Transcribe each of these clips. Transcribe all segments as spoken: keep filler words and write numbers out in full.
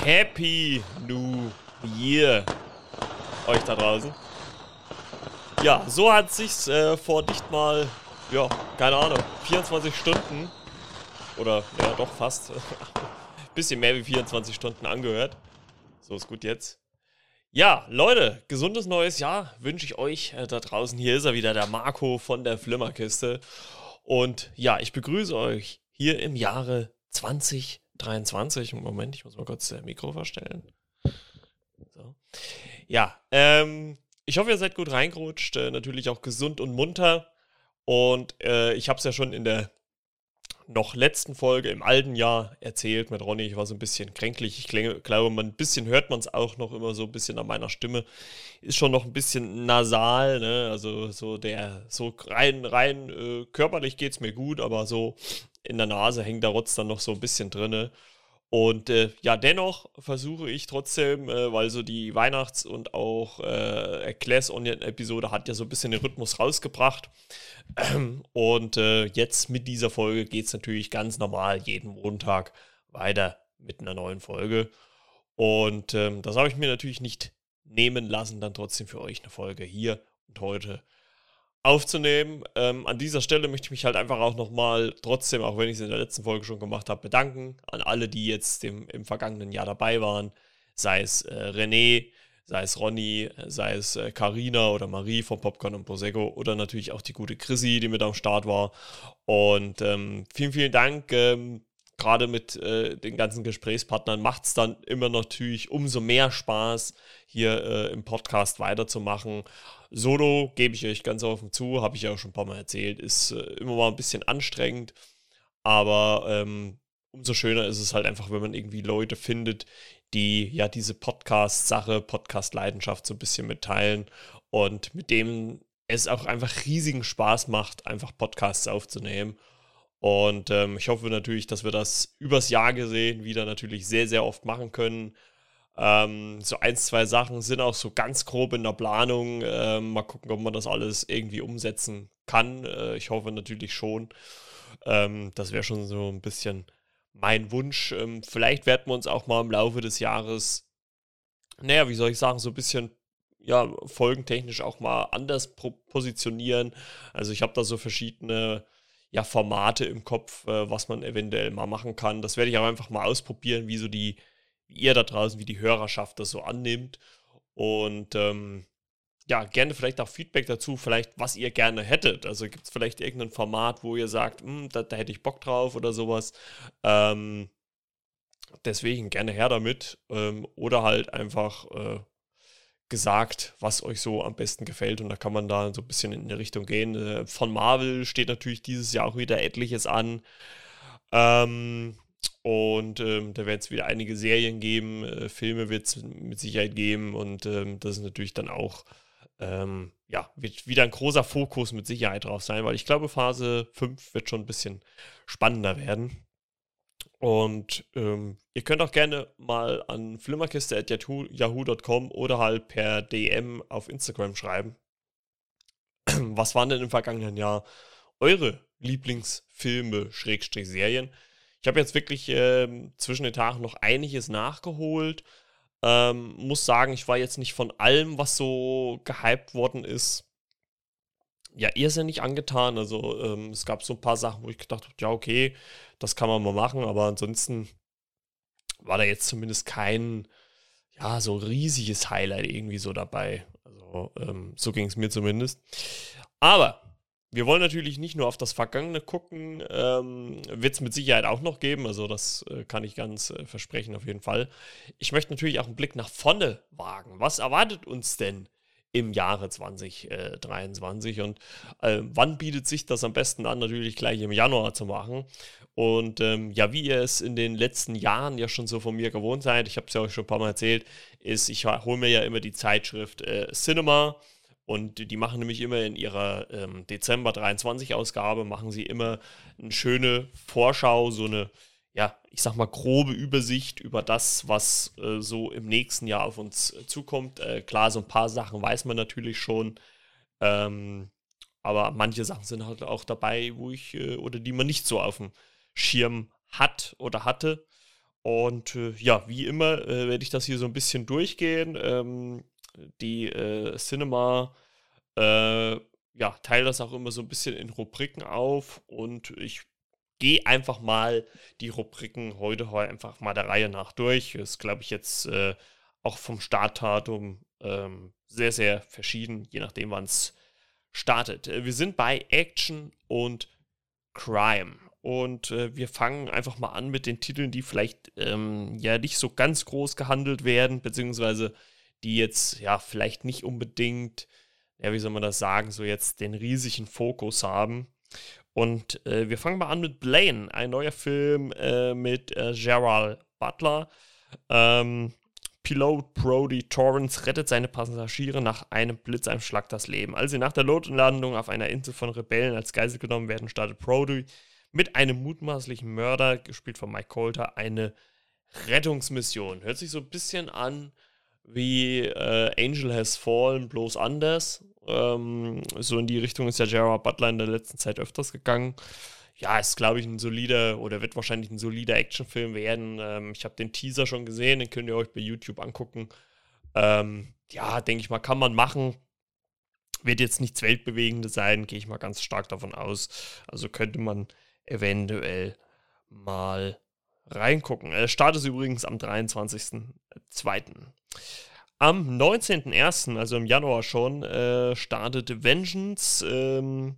Happy New Year euch da draußen. Ja, so hat sich's äh, vor nicht mal, ja, keine Ahnung, vierundzwanzig Stunden oder ja doch fast, bisschen mehr wie vierundzwanzig Stunden angehört. So ist gut jetzt. Ja, Leute, gesundes neues Jahr wünsche ich euch äh, da draußen. Hier ist er wieder, der Marco von der Flimmerkiste. Und ja, ich begrüße euch hier im Jahre zwanzig dreiundzwanzig. Moment, ich muss mal kurz das Mikro verstellen. So. Ja, ähm, ich hoffe, ihr seid gut reingerutscht. Äh, natürlich auch gesund und munter. Und äh, ich habe es ja schon in der noch letzten Folge im alten Jahr erzählt mit Ronny. Ich war so ein bisschen kränklich. Ich klinge, glaube, man, ein bisschen hört man es auch noch immer so ein bisschen an meiner Stimme. Ist schon noch ein bisschen nasal, ne? Also so der, so rein, rein äh, körperlich geht es mir gut, aber so in der Nase hängt der Rotz dann noch so ein bisschen drinne. Und äh, ja, dennoch versuche ich trotzdem, äh, weil so die Weihnachts- und auch äh, Glass Onion-Episode hat ja so ein bisschen den Rhythmus rausgebracht. Ähm, und äh, jetzt mit dieser Folge geht es natürlich ganz normal jeden Montag weiter mit einer neuen Folge. Und ähm, das habe ich mir natürlich nicht nehmen lassen, dann trotzdem für euch eine Folge hier und heute aufzunehmen. Ähm, an dieser Stelle möchte ich mich halt einfach auch nochmal trotzdem, auch wenn ich es in der letzten Folge schon gemacht habe, bedanken an alle, die jetzt im, im vergangenen Jahr dabei waren. Sei es äh, René, sei es Ronny, sei es Carina äh, oder Marie von Popcorn und Prosecco oder natürlich auch die gute Chrissy, die mit am Start war. Und ähm, vielen, vielen Dank. Ähm, Gerade mit äh, den ganzen Gesprächspartnern macht es dann immer natürlich umso mehr Spaß, hier äh, im Podcast weiterzumachen. Solo, gebe ich euch ganz offen zu, habe ich ja auch schon ein paar Mal erzählt, ist äh, immer mal ein bisschen anstrengend, aber ähm, umso schöner ist es halt einfach, wenn man irgendwie Leute findet, die ja diese Podcast-Sache, Podcast-Leidenschaft so ein bisschen mitteilen und mit denen es auch einfach riesigen Spaß macht, einfach Podcasts aufzunehmen. Und ähm, ich hoffe natürlich, dass wir das übers Jahr gesehen wieder natürlich sehr, sehr oft machen können. Ähm, so ein, zwei Sachen sind auch so ganz grob in der Planung. Ähm, mal gucken, ob man das alles irgendwie umsetzen kann. Äh, ich hoffe natürlich schon. Ähm, das wäre schon so ein bisschen mein Wunsch. Ähm, vielleicht werden wir uns auch mal im Laufe des Jahres, naja, wie soll ich sagen, so ein bisschen, ja, folgentechnisch auch mal anders pro- positionieren. Also ich habe da so verschiedene, ja, Formate im Kopf, äh, was man eventuell mal machen kann. Das werde ich auch einfach mal ausprobieren, wie so die, wie ihr da draußen, wie die Hörerschaft das so annimmt. Und ähm, ja, gerne vielleicht auch Feedback dazu, vielleicht was ihr gerne hättet. Also gibt es vielleicht irgendein Format, wo ihr sagt, "Hm, da, da hätte ich Bock drauf oder sowas. Ähm, deswegen gerne her damit. Ähm, oder halt einfach äh, gesagt, was euch so am besten gefällt. Und da kann man da so ein bisschen in die Richtung gehen. Äh, von Marvel steht natürlich dieses Jahr auch wieder etliches an. Ähm, und ähm, da wird es wieder einige Serien geben, äh, Filme wird es mit Sicherheit geben. Und ähm, das ist natürlich dann auch, ähm, ja, wird wieder ein großer Fokus mit Sicherheit drauf sein, weil ich glaube, Phase fünf wird schon ein bisschen spannender werden. Und ähm, ihr könnt auch gerne mal an flimmerkiste at yahoo punkt com oder halt per D M auf Instagram schreiben. Was waren denn im vergangenen Jahr eure Lieblingsfilme, Schrägstrich Serien? Ich habe jetzt wirklich ähm, zwischen den Tagen noch einiges nachgeholt. Ähm, muss sagen, ich war jetzt nicht von allem, was so gehypt worden ist, ja, irrsinnig angetan. Also ähm, es gab so ein paar Sachen, wo ich gedacht habe, ja, okay, das kann man mal machen, aber ansonsten war da jetzt zumindest kein, ja, so riesiges Highlight irgendwie so dabei. Also, ähm, so ging es mir zumindest. Aber wir wollen natürlich nicht nur auf das Vergangene gucken, ähm, wird es mit Sicherheit auch noch geben, also das äh, kann ich ganz äh, versprechen auf jeden Fall. Ich möchte natürlich auch einen Blick nach vorne wagen. Was erwartet uns denn im Jahre zwanzig dreiundzwanzig und äh, wann bietet sich das am besten an? Natürlich gleich im Januar zu machen. Und ähm, ja, wie ihr es in den letzten Jahren ja schon so von mir gewohnt seid, ich habe es ja euch schon ein paar Mal erzählt, ist, ich hole mir ja immer die Zeitschrift äh, Cinema und die machen nämlich immer in ihrer ähm, Dezember dreiundzwanzig Ausgabe, machen sie immer eine schöne Vorschau, so eine, ja, ich sag mal, grobe Übersicht über das, was äh, so im nächsten Jahr auf uns äh, zukommt. Äh, klar, so ein paar Sachen weiß man natürlich schon, ähm, aber manche Sachen sind halt auch dabei, wo ich, äh, oder die man nicht so auf dem Schirm hat oder hatte. Und äh, ja, wie immer äh, werde ich das hier so ein bisschen durchgehen. Ähm, die äh, Cinema, äh, ja, teile das auch immer so ein bisschen in Rubriken auf und ich gehe einfach mal die Rubriken heute, heute einfach mal der Reihe nach durch. Ist, glaube ich, jetzt äh, auch vom Startdatum ähm, sehr, sehr verschieden, je nachdem, wann es startet. Äh, wir sind bei Action und Crime. Und äh, wir fangen einfach mal an mit den Titeln, die vielleicht ähm, ja nicht so ganz groß gehandelt werden, beziehungsweise die jetzt ja vielleicht nicht unbedingt, ja, wie soll man das sagen, so jetzt den riesigen Fokus haben. Und äh, wir fangen mal an mit Blaine, ein neuer Film äh, mit äh, Gerald Butler. Ähm, Pilot Brody Torrance rettet seine Passagiere nach einem Blitzeinschlag das Leben. Als sie nach der Notlandung auf einer Insel von Rebellen als Geisel genommen werden, startet Brody mit einem mutmaßlichen Mörder, gespielt von Mike Colter, eine Rettungsmission. Hört sich so ein bisschen an wie äh, Angel Has Fallen, bloß anders. Ähm, so in die Richtung ist ja Gerard Butler in der letzten Zeit öfters gegangen. Ja, ist, glaube ich, ein solider oder wird wahrscheinlich ein solider Actionfilm werden. Ähm, ich habe den Teaser schon gesehen, den könnt ihr euch bei YouTube angucken. Ähm, ja, denke ich mal, kann man machen. Wird jetzt nichts Weltbewegendes sein, gehe ich mal ganz stark davon aus. Also könnte man eventuell mal reingucken. Er startet übrigens am dreiundzwanzigsten zweiten Am neunzehnten ersten, also im Januar schon, äh, startet Vengeance. Ähm,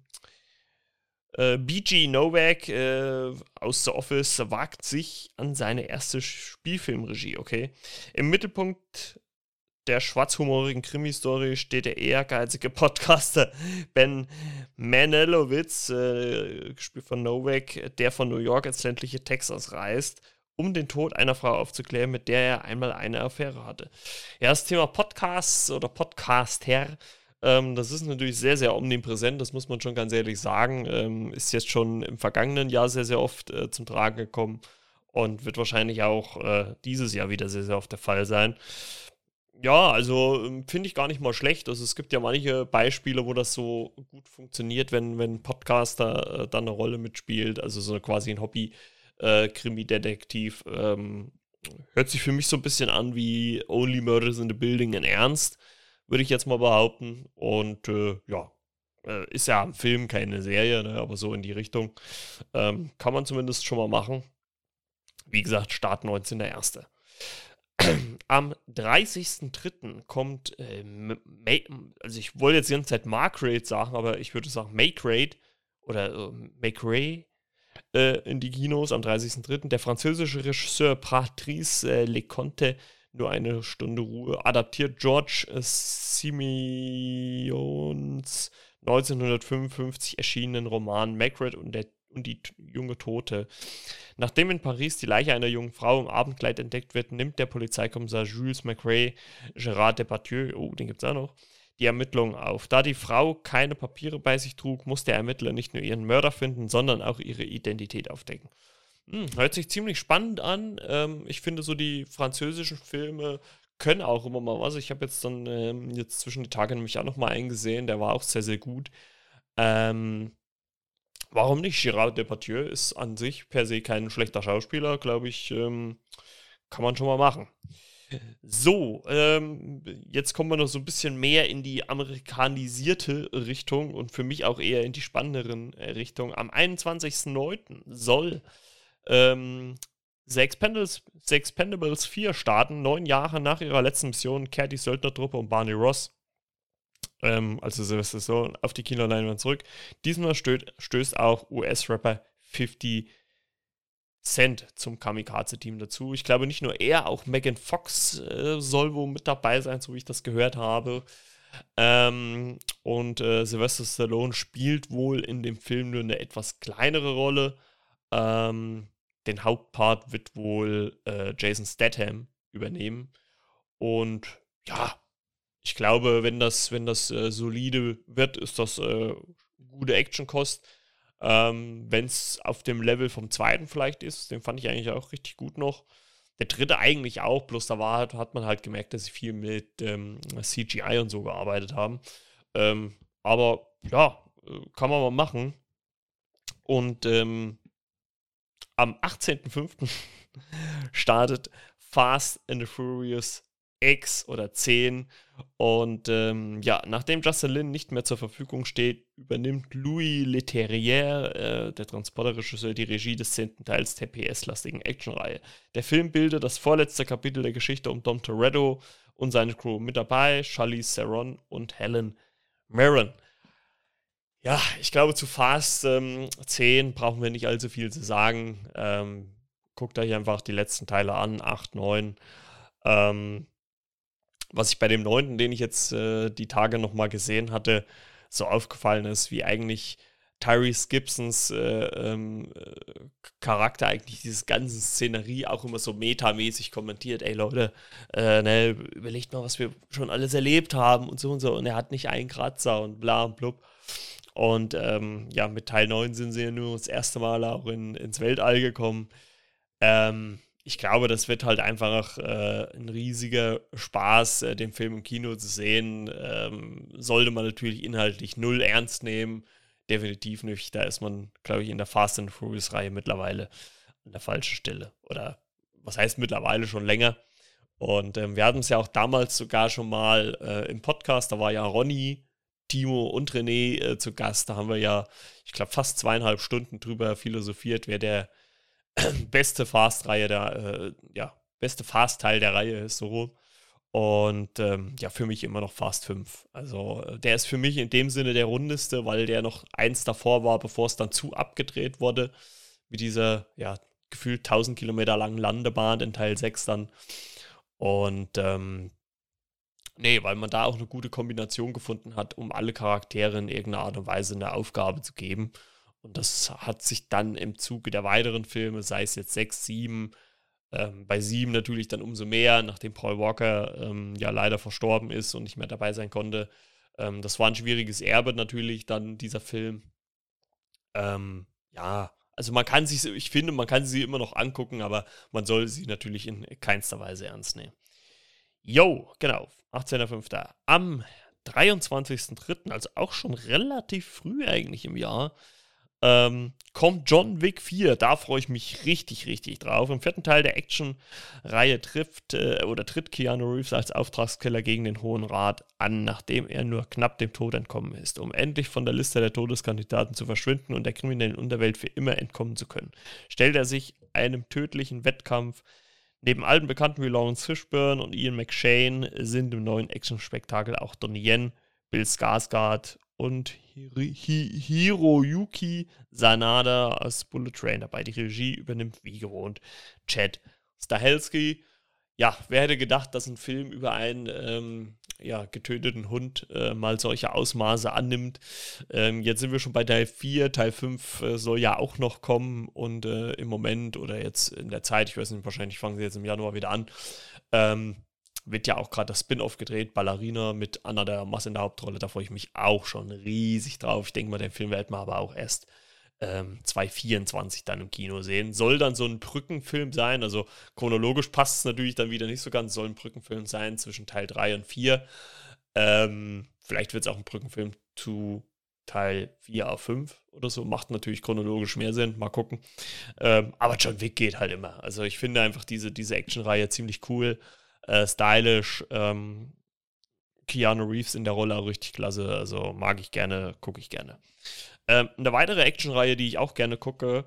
äh, B G Novak äh, aus The Office wagt sich an seine erste Spielfilmregie, okay? Im Mittelpunkt der schwarzhumorigen Krimi-Story steht der ehrgeizige Podcaster Ben Manelowitz, äh, gespielt von Novak, der von New York ins ländliche Texas reist, um den Tod einer Frau aufzuklären, mit der er einmal eine Affäre hatte. Ja, das Thema Podcasts oder Podcaster, ähm, das ist natürlich sehr, sehr omnipräsent, das muss man schon ganz ehrlich sagen. Ähm, ist jetzt schon im vergangenen Jahr sehr, sehr oft äh, zum Tragen gekommen und wird wahrscheinlich auch äh, dieses Jahr wieder sehr, sehr oft der Fall sein. Ja, also ähm, finde ich gar nicht mal schlecht. Also es gibt ja manche Beispiele, wo das so gut funktioniert, wenn, wenn ein Podcaster äh, dann eine Rolle mitspielt. Also so quasi ein Hobby-Krimi-Detektiv. Ähm, hört sich für mich so ein bisschen an wie Only Murders in the Building in Ernst, würde ich jetzt mal behaupten. Und äh, ja, äh, ist ja ein Film, keine Serie, ne, aber so in die Richtung. Ähm, kann man zumindest schon mal machen. Wie gesagt, Start neunzehnter erster Am dreißigsten dritten kommt, äh, also ich wollte jetzt die ganze Zeit Markrate sagen, aber ich würde sagen Makerate oder äh, Makerate äh, in die Kinos am dreißigsten dritten Der französische Regisseur Patrice äh, Leconte, nur eine Stunde Ruhe, adaptiert George äh, Simeons neunzehnhundertfünfundfünfzig erschienenen Roman Makerate und der und die junge Tote. Nachdem in Paris die Leiche einer jungen Frau im Abendkleid entdeckt wird, nimmt der Polizeikommissar Jules Macrae, Gérard Depardieu, oh, den gibt's auch noch, die Ermittlungen auf. Da die Frau keine Papiere bei sich trug, muss der Ermittler nicht nur ihren Mörder finden, sondern auch ihre Identität aufdecken. Hm, hört sich ziemlich spannend an. Ähm, ich finde so die französischen Filme können auch immer mal was. Ich habe jetzt dann ähm, jetzt zwischen die Tage nämlich auch noch mal eingesehen, der war auch sehr, sehr gut. Ähm, Warum nicht? Gérard Depardieu ist an sich per se kein schlechter Schauspieler, glaube ich, ähm, kann man schon mal machen. So, ähm, jetzt kommen wir noch so ein bisschen mehr in die amerikanisierte Richtung und für mich auch eher in die spannenderen äh, Richtung. Am einundzwanzigsten neunten soll ähm, The Expendables, The Expendables vier starten. Neun Jahre nach ihrer letzten Mission kehrt die Söldnertruppe um Barney Ross, ähm, also Sylvester Stallone, auf die Kinoleinwand zurück. Diesmal stößt, stößt auch U S-Rapper fifty Cent zum Kamikaze-Team dazu. Ich glaube nicht nur er, auch Megan Fox äh, soll wohl mit dabei sein, so wie ich das gehört habe. Ähm, und äh, Sylvester Stallone spielt wohl in dem Film nur eine etwas kleinere Rolle. Ähm, den Hauptpart wird wohl äh, Jason Statham übernehmen. Und ja, ich glaube, wenn das, wenn das äh, solide wird, ist das äh, gute Actionkost. Ähm, wenn es auf dem Level vom zweiten vielleicht ist, den fand ich eigentlich auch richtig gut noch. Der dritte eigentlich auch, bloß da war, hat man halt gemerkt, dass sie viel mit ähm, C G I und so gearbeitet haben. Ähm, aber ja, äh, kann man mal machen. Und ähm, am achtzehnten fünften startet Fast and the Furious X oder zehn. Und ähm, ja, nachdem Justin Lin nicht mehr zur Verfügung steht, übernimmt Louis Leterrier, äh, der Transporter-Regisseur, die Regie des zehnten Teils der P S-lastigen Actionreihe. Der Film bildet das vorletzte Kapitel der Geschichte um Dom Toretto und seine Crew, mit dabei Charlize Theron und Helen Mirren. Ja, ich glaube, zu Fast ähm, zehn brauchen wir nicht allzu viel zu sagen. Ähm, guckt euch einfach die letzten Teile an, acht, neun. Ähm, was ich bei dem neunten, den ich jetzt äh, die Tage nochmal gesehen hatte, so aufgefallen ist, wie eigentlich Tyrese Gibsons äh, ähm, äh, Charakter eigentlich dieses ganze Szenerie auch immer so metamäßig kommentiert. Ey Leute, äh, ne, überlegt mal, was wir schon alles erlebt haben und so und so. Und er hat nicht einen Kratzer und bla und blub. Und ähm, ja, mit Teil neun sind sie ja nur das erste Mal auch in, ins Weltall gekommen. Ähm, ich glaube, das wird halt einfach äh, ein riesiger Spaß, äh, den Film im Kino zu sehen. Ähm, sollte man natürlich inhaltlich null ernst nehmen. Definitiv nicht. Da ist man, glaube ich, in der Fast and Furious-Reihe mittlerweile an der falschen Stelle. Oder was heißt mittlerweile schon länger. Und ähm, wir hatten es ja auch damals sogar schon mal äh, im Podcast. Da war ja Ronny, Timo und René äh, zu Gast. Da haben wir ja, ich glaube, fast zweieinhalb Stunden drüber philosophiert, wer der beste Fast-Reihe der, äh, ja, beste Fast-Teil der Reihe ist, so. Und ähm, ja, für mich immer noch Fast fünf. Also äh, der ist für mich in dem Sinne der rundeste, weil der noch eins davor war, bevor es dann zu abgedreht wurde. Mit dieser, ja, gefühlt tausend Kilometer langen Landebahn in Teil sechs dann. Und ähm, nee, weil man da auch eine gute Kombination gefunden hat, um alle Charaktere in irgendeiner Art und Weise eine Aufgabe zu geben. Und das hat sich dann im Zuge der weiteren Filme, sei es jetzt sechs, sieben, ähm, bei sieben natürlich dann umso mehr, nachdem Paul Walker ähm, ja leider verstorben ist und nicht mehr dabei sein konnte. Ähm, das war ein schwieriges Erbe natürlich, dann dieser Film. Ähm, ja, also man kann sich, ich finde, man kann sie immer noch angucken, aber man soll sie natürlich in keinster Weise ernst nehmen. Jo, genau, achtzehnter fünfter Am dreiundzwanzigsten dritten, also auch schon relativ früh eigentlich im Jahr, ähm, kommt John Wick vier. Da freue ich mich richtig, richtig drauf. Im vierten Teil der Action-Reihe trifft äh, oder tritt Keanu Reeves als Auftragskiller gegen den Hohen Rat an, nachdem er nur knapp dem Tod entkommen ist, um endlich von der Liste der Todeskandidaten zu verschwinden und der kriminellen Unterwelt für immer entkommen zu können. Stellt er sich einem tödlichen Wettkampf. Neben alten Bekannten wie Lawrence Fishburne und Ian McShane sind im neuen Action-Spektakel auch Donnie Yen, Bill Skarsgård und Hiro- Hi- Hiroyuki Sanada als Bullet Train dabei. Die Regie übernimmt wie gewohnt Chad Stahelski. Ja, wer hätte gedacht, dass ein Film über einen ähm, ja, getöteten Hund äh, mal solche Ausmaße annimmt. Ähm, jetzt sind wir schon bei Teil vier. Teil fünf äh, soll ja auch noch kommen und äh, im Moment oder jetzt in der Zeit, ich weiß nicht, wahrscheinlich fangen sie jetzt im Januar wieder an, ähm, wird ja auch gerade das Spin-Off gedreht, Ballerina mit Anna de Armas in der Hauptrolle. Da freue ich mich auch schon riesig drauf. Ich denke mal, den Film werden wir aber auch erst ähm, zwanzig vierundzwanzig dann im Kino sehen. Soll dann so ein Brückenfilm sein, also chronologisch passt es natürlich dann wieder nicht so ganz, soll ein Brückenfilm sein zwischen Teil drei und vier. Ähm, vielleicht wird es auch ein Brückenfilm zu Teil vier auf fünf oder so. Macht natürlich chronologisch mehr Sinn, mal gucken. Ähm, aber John Wick geht halt immer. Also ich finde einfach diese, diese Action-Reihe ziemlich cool. Äh, stylisch, ähm, Keanu Reeves in der Rolle auch richtig klasse, also mag ich gerne, gucke ich gerne. Ähm, eine weitere Actionreihe, die ich auch gerne gucke,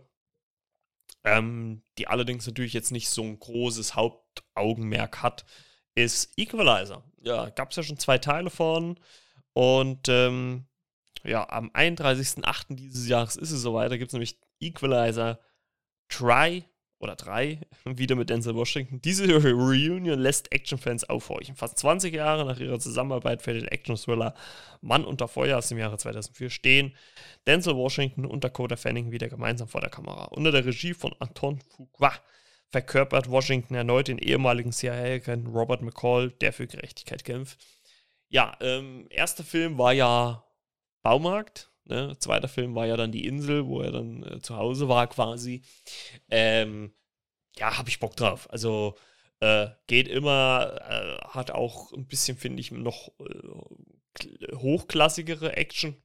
ähm, die allerdings natürlich jetzt nicht so ein großes Hauptaugenmerk hat, ist Equalizer. Ja, gab es ja schon zwei Teile von und ähm, ja, am einunddreißigsten achten dieses Jahres ist es soweit, da gibt es nämlich Equalizer Try oder drei, wieder mit Denzel Washington. Diese Reunion lässt Actionfans aufhorchen. Fast zwanzig Jahre nach ihrer Zusammenarbeit für den Action-Thriller Mann unter Feuer aus dem Jahre zweitausendvier stehen Denzel Washington und Dakota Fanning wieder gemeinsam vor der Kamera. Unter der Regie von Anton Fuqua verkörpert Washington erneut den ehemaligen C I A-Agenten Robert McCall, der für Gerechtigkeit kämpft. Ja, ähm, erster Film war ja Baumarkt. Ne? Zweiter Film war ja dann die Insel, wo er dann äh, zu Hause war quasi. Ähm, ja, hab ich Bock drauf. Also äh, geht immer, äh, hat auch ein bisschen, finde ich, noch äh, hochklassigere Action.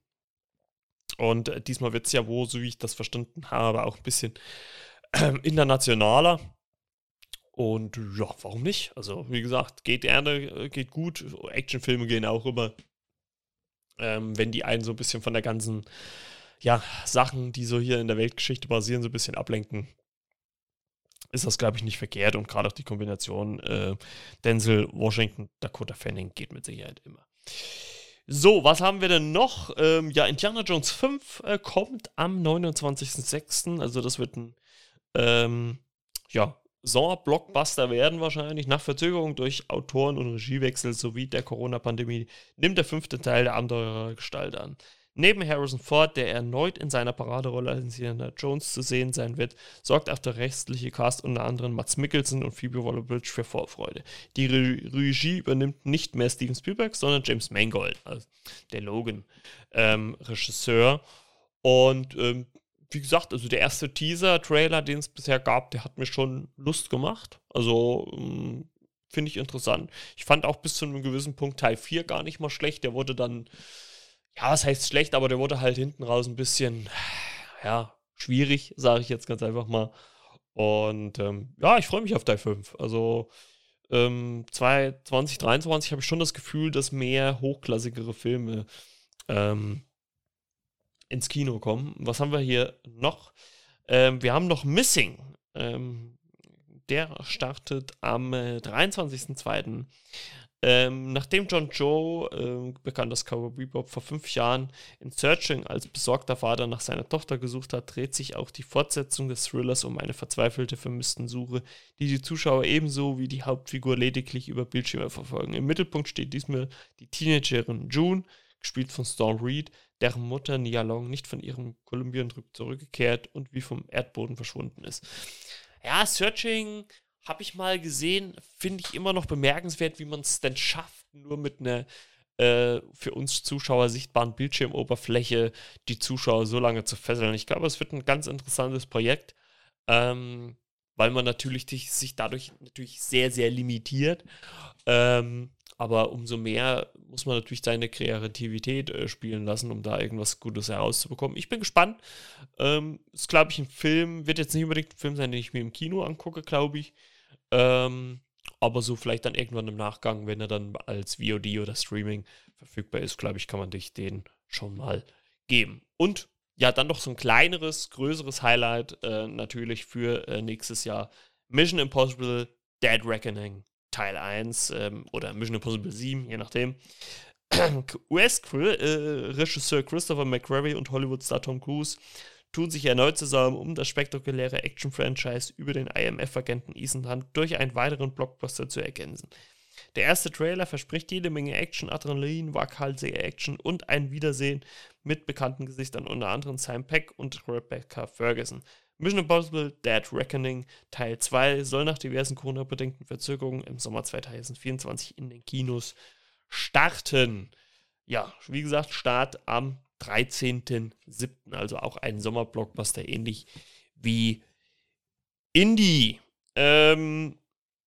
Und äh, diesmal wird es ja wohl, so wie ich das verstanden habe, auch ein bisschen äh, internationaler. Und ja, warum nicht? Also, wie gesagt, geht gerne, geht gut. Actionfilme gehen auch immer, ähm, wenn die einen so ein bisschen von der ganzen, ja, Sachen, die so hier in der Weltgeschichte basieren, so ein bisschen ablenken, ist das, glaube ich, nicht verkehrt. Und gerade auch die Kombination äh, Denzel Washington, Dakota Fanning geht mit Sicherheit immer. So, was haben wir denn noch? Ähm, ja, Indiana Jones fünf äh, kommt am neunundzwanzigsten sechsten Also das wird ein ähm, ja, Sommer-Blockbuster werden wahrscheinlich. Nach Verzögerung durch Autoren- und Regiewechsel sowie der Corona-Pandemie nimmt der fünfte Teil der Abenteuergestalt an. Neben Harrison Ford, der erneut in seiner Paraderolle als Indiana Jones zu sehen sein wird, sorgt auch der restliche Cast unter anderem Mads Mikkelsen und Phoebe Waller-Bridge für Vorfreude. Die Re- Regie übernimmt nicht mehr Steven Spielberg, sondern James Mangold, also der Logan-Regisseur. Ähm, und ähm, wie gesagt, also der erste Teaser-Trailer, den es bisher gab, der hat mir schon Lust gemacht. Also ähm, finde ich interessant. Ich fand auch bis zu einem gewissen Punkt Teil vier gar nicht mal schlecht. Der wurde dann, ja, was heißt schlecht, aber der wurde halt hinten raus ein bisschen, ja, schwierig, sage ich jetzt ganz einfach mal. Und ähm, ja, ich freue mich auf Teil fünf. Also ähm, zwanzig dreiundzwanzig habe ich schon das Gefühl, dass mehr hochklassigere Filme ähm, ins Kino kommen. Was haben wir hier noch? Ähm, wir haben noch Missing. Ähm, der startet am äh, dreiundzwanzigsten zweiten Ähm, nachdem John Cho, äh, bekannt als Cowboy Bebop, vor fünf Jahren in Searching als besorgter Vater nach seiner Tochter gesucht hat, dreht sich auch die Fortsetzung des Thrillers um eine verzweifelte Vermisstensuche, die die Zuschauer ebenso wie die Hauptfigur lediglich über Bildschirme verfolgen. Im Mittelpunkt steht diesmal die Teenagerin June, gespielt von Storm Reed, deren Mutter Nia Long nicht von ihrem Kolumbien-Trip zurückgekehrt und wie vom Erdboden verschwunden ist. Ja, Searching habe ich mal gesehen, finde ich immer noch bemerkenswert, wie man es denn schafft, nur mit einer äh, für uns Zuschauer sichtbaren Bildschirmoberfläche die Zuschauer so lange zu fesseln. Ich glaube, es wird ein ganz interessantes Projekt, ähm, weil man natürlich dich, sich dadurch natürlich sehr, sehr limitiert. Ähm, aber umso mehr muss man natürlich seine Kreativität äh, spielen lassen, um da irgendwas Gutes herauszubekommen. Ich bin gespannt. Ähm, ist, glaube ich, ein Film, wird jetzt nicht unbedingt ein Film sein, den ich mir im Kino angucke, glaube ich. Ähm, aber so vielleicht dann irgendwann im Nachgang, wenn er dann als V O D oder Streaming verfügbar ist, glaube ich, kann man dich den schon mal geben. Und ja, dann noch so ein kleineres, größeres Highlight äh, natürlich für äh, nächstes Jahr. Mission Impossible Dead Reckoning Teil eins ähm, oder Mission Impossible sieben, je nachdem. U S-Regisseur Christopher McQuarrie und Hollywood-Star Tom Cruise tun sich erneut zusammen, um das spektakuläre Action-Franchise über den I M F-Agenten Ethan Hunt durch einen weiteren Blockbuster zu ergänzen. Der erste Trailer verspricht jede Menge Action, Adrenalin, waghalsige Action und ein Wiedersehen mit bekannten Gesichtern, unter anderem Sam Peck und Rebecca Ferguson. Mission Impossible Dead Reckoning Teil zwei soll nach diversen Corona-bedingten Verzögerungen im Sommer zweitausendvierundzwanzig in den Kinos starten. Ja, wie gesagt, Start am dreizehnten siebten Also auch ein Sommerblockbuster, ähnlich wie Indie. Ähm,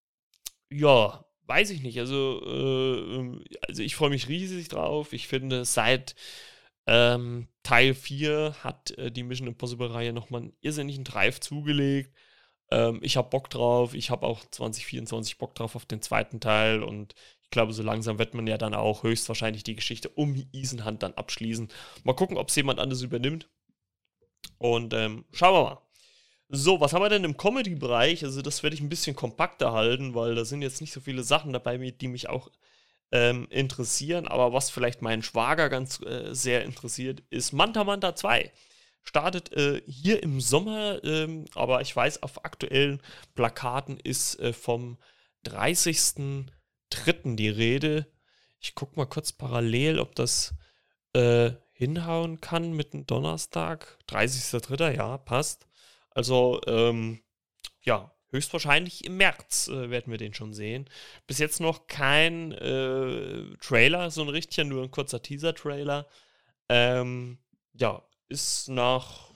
ja, weiß ich nicht. Also, äh, also ich freue mich riesig drauf. Ich finde, seit ähm, Teil vier hat äh, die Mission Impossible-Reihe nochmal einen irrsinnigen Drive zugelegt. Ähm, ich habe Bock drauf. Ich habe auch zwanzig vierundzwanzig Bock drauf auf den zweiten Teil. Und ich glaube, so langsam wird man ja dann auch höchstwahrscheinlich die Geschichte um Ethan Hunt dann abschließen. Mal gucken, ob es jemand anderes übernimmt. Und ähm, schauen wir mal. So, was haben wir denn im Comedy-Bereich? Also das werde ich ein bisschen kompakter halten, weil da sind jetzt nicht so viele Sachen dabei, die mich auch ähm, interessieren. Aber was vielleicht meinen Schwager ganz äh, sehr interessiert, ist Manta Manta zwei. Startet äh, hier im Sommer, ähm, aber ich weiß, auf aktuellen Plakaten ist äh, vom dreißigsten dritten die Rede. Ich gucke mal kurz parallel, ob das äh, hinhauen kann mit dem Donnerstag. dreißigster dritter Ja, passt. Also, ähm, ja, höchstwahrscheinlich im März äh, werden wir den schon sehen. Bis jetzt noch kein äh, Trailer, so ein richtiger, nur ein kurzer Teaser-Trailer. Ähm, ja, ist nach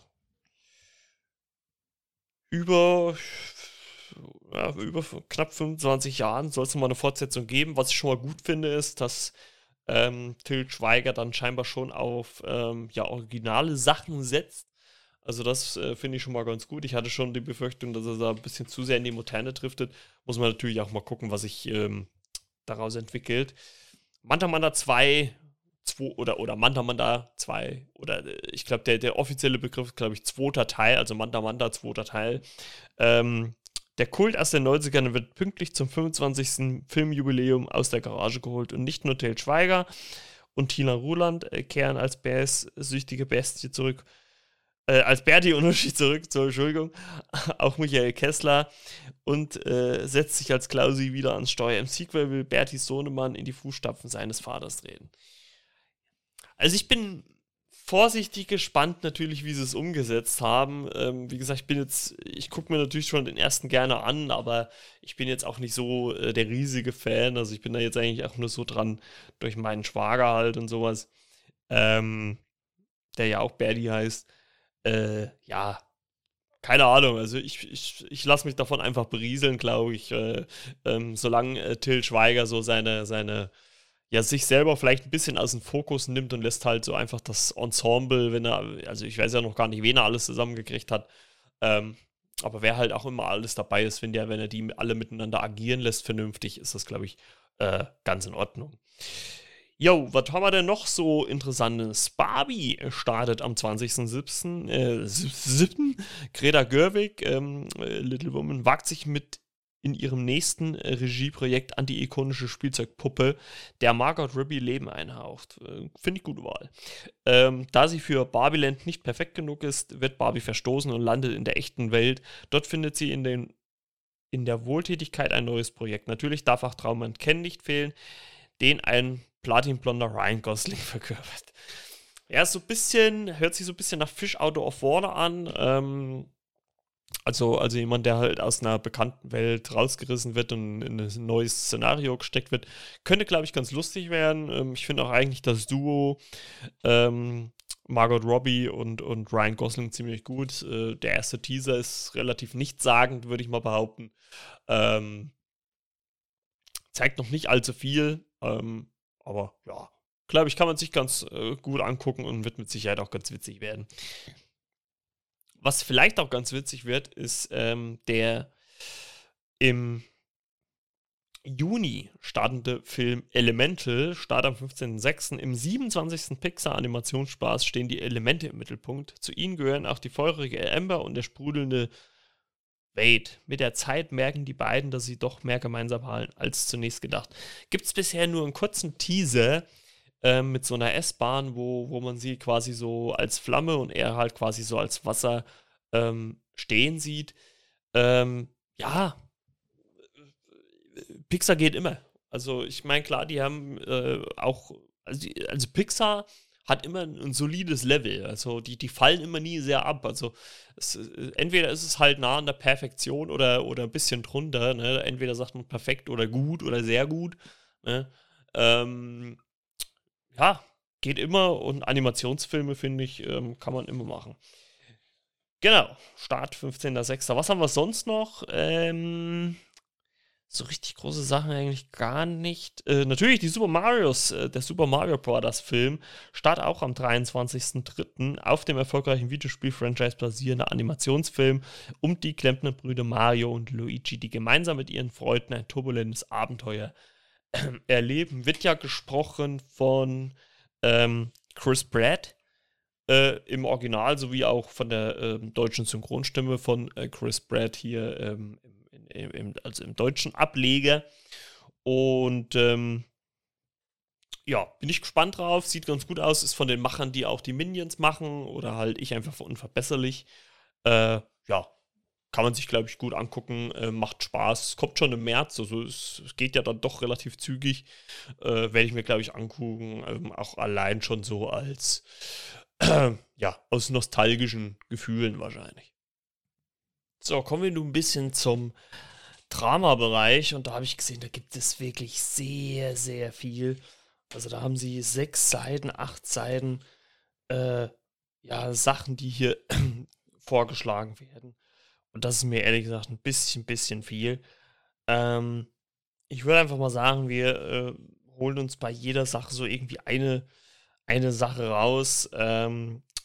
über, ja, über knapp fünfundzwanzig Jahren soll es mal eine Fortsetzung geben. Was ich schon mal gut finde, ist, dass ähm, Til Schweiger dann scheinbar schon auf ähm, ja, originale Sachen setzt. Also das äh, finde ich schon mal ganz gut. Ich hatte schon die Befürchtung, dass er da ein bisschen zu sehr in die Moderne driftet. Muss man natürlich auch mal gucken, was sich ähm, daraus entwickelt. Manta Manta zwei, zwei oder, oder Manta Manta zwei, oder äh, ich glaube, der, der offizielle Begriff ist, glaube ich, zweiter Teil, also Manta Manta zweiter Teil. Ähm, der Kult aus den neunzigern wird pünktlich zum fünfundzwanzigsten Filmjubiläum aus der Garage geholt und nicht nur Til Schweiger und Tina Ruland äh, kehren als Bärs-süchtige Bestie zurück, äh, als Bertie-Unterschied zurück, so, Entschuldigung, auch Michael Kessler und äh, setzt sich als Klausi wieder ans Steuer. Im Sequel will Bertis Sohnemann in die Fußstapfen seines Vaters treten. Also ich bin vorsichtig gespannt natürlich, wie sie es umgesetzt haben. Ähm, wie gesagt, ich bin jetzt, ich gucke mir natürlich schon den ersten gerne an, aber ich bin jetzt auch nicht so äh, der riesige Fan. Also ich bin da jetzt eigentlich auch nur so dran durch meinen Schwager halt und sowas, ähm, der ja auch Bertie heißt. Äh, ja, keine Ahnung, also ich, ich, ich lasse mich davon einfach berieseln, glaube ich. Äh, ähm, solange äh, Til Schweiger so seine, seine, ja, sich selber vielleicht ein bisschen aus dem Fokus nimmt und lässt halt so einfach das Ensemble, wenn er, also ich weiß ja noch gar nicht, wen er alles zusammengekriegt hat, ähm, aber wer halt auch immer alles dabei ist, wenn der, wenn er die alle miteinander agieren lässt, vernünftig, ist das, glaube ich, äh, ganz in Ordnung. Jo, was haben wir denn noch so Interessantes? Barbie startet am zwanzigsten siebten Äh, siebten Greta Gerwig, ähm, äh, Little Woman, wagt sich mit in ihrem nächsten äh, Regieprojekt an die ikonische Spielzeugpuppe, der Margot Robbie Leben einhaucht. Äh, Finde ich gute Wahl. Ähm, da sie für Barbieland nicht perfekt genug ist, wird Barbie verstoßen und landet in der echten Welt. Dort findet sie in, den, in der Wohltätigkeit ein neues Projekt. Natürlich darf auch Traummann Ken nicht fehlen, den ein platinblonder Ryan Gosling verkörpert. Ja, so ein bisschen, hört sich so ein bisschen nach Fish Out of Water an. Ähm, also, also jemand, der halt aus einer bekannten Welt rausgerissen wird und in ein neues Szenario gesteckt wird. Könnte, glaube ich, ganz lustig werden. Ähm, ich finde auch eigentlich das Duo ähm, Margot Robbie und, und Ryan Gosling ziemlich gut. Äh, der erste Teaser ist relativ nichtssagend, würde ich mal behaupten. Ähm, zeigt noch nicht allzu viel. Ähm, aber ja, glaube ich, kann man sich ganz äh, gut angucken und wird mit Sicherheit auch ganz witzig werden. Was vielleicht auch ganz witzig wird, ist ähm, der im Juni startende Film Elemental, Start am fünfzehnten sechsten Im siebenundzwanzigsten Pixar-Animationsspaß stehen die Elemente im Mittelpunkt. Zu ihnen gehören auch die feurige Amber und der sprudelnde Wade. Mit der Zeit merken die beiden, dass sie doch mehr gemeinsam haben als zunächst gedacht. Gibt es bisher nur einen kurzen Teaser äh, mit so einer S-Bahn, wo, wo man sie quasi so als Flamme und er halt quasi so als Wasser ähm, stehen sieht. Ähm, ja, Pixar geht immer. Also ich meine, klar, die haben äh, auch, also, die, also Pixar hat immer ein, ein solides Level. Also die, die fallen immer nie sehr ab. Also es, äh, entweder ist es halt nah an der Perfektion oder, oder ein bisschen drunter. Ne? Entweder sagt man perfekt oder gut oder sehr gut. Ne? Ähm, ja, geht immer und Animationsfilme, finde ich, ähm, kann man immer machen. Genau, Start fünfzehnten sechsten Was haben wir sonst noch? Ähm, so richtig große Sachen eigentlich gar nicht. Äh, natürlich die Super Marios, äh, der Super Mario Bros. Film, startet auch am dreiundzwanzigsten dritten auf dem erfolgreichen Videospiel-Franchise basierender Animationsfilm um die Klempnerbrüder Mario und Luigi, die gemeinsam mit ihren Freunden ein turbulentes Abenteuer erleben. Wird ja gesprochen von ähm, Chris Pratt äh, im Original sowie auch von der ähm, deutschen Synchronstimme von äh, Chris Pratt hier ähm, im, im, im, also im deutschen Ableger. Und ähm, ja, bin ich gespannt drauf. Sieht ganz gut aus. Ist von den Machern, die auch die Minions machen oder halt ich einfach für unverbesserlich. Äh, ja, kann man sich, glaube ich, gut angucken. Äh, macht Spaß. Kommt schon im März. Also es, es geht ja dann doch relativ zügig. Äh, Werde ich mir, glaube ich, angucken. Ähm, auch allein schon so als äh, ja, aus nostalgischen Gefühlen wahrscheinlich. So, kommen wir nun ein bisschen zum Drama-Bereich. Und da habe ich gesehen, da gibt es wirklich sehr, sehr viel. Also da haben sie sechs Seiten, acht Seiten, äh, ja, Sachen, die hier vorgeschlagen werden. Und das ist mir ehrlich gesagt ein bisschen, bisschen viel. Ähm, ich würde einfach mal sagen, wir äh, holen uns bei jeder Sache so irgendwie eine, eine Sache raus. Ähm,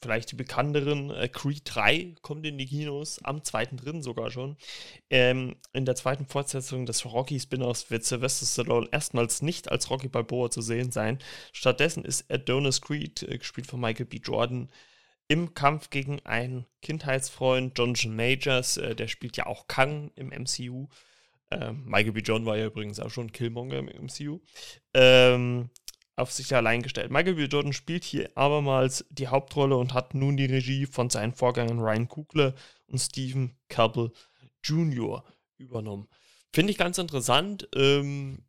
vielleicht die bekannteren. Äh, Creed drei kommt in die Kinos, am zweiten dritten sogar schon. Ähm, in der zweiten Fortsetzung des Rocky-Spin-offs wird Sylvester Stallone erstmals nicht als Rocky Balboa zu sehen sein. Stattdessen ist Adonis Creed, äh, gespielt von Michael B. Jordan, im Kampf gegen einen Kindheitsfreund, Jonathan Majors. Äh, der spielt ja auch Kang im M C U. Ähm, Michael B. Jordan war ja übrigens auch schon Killmonger im M C U. Ähm, auf sich allein gestellt. Michael B. Jordan spielt hier abermals die Hauptrolle und hat nun die Regie von seinen Vorgängern Ryan Coogler und Stephen Campbell Junior übernommen. Finde ich ganz interessant. Ähm,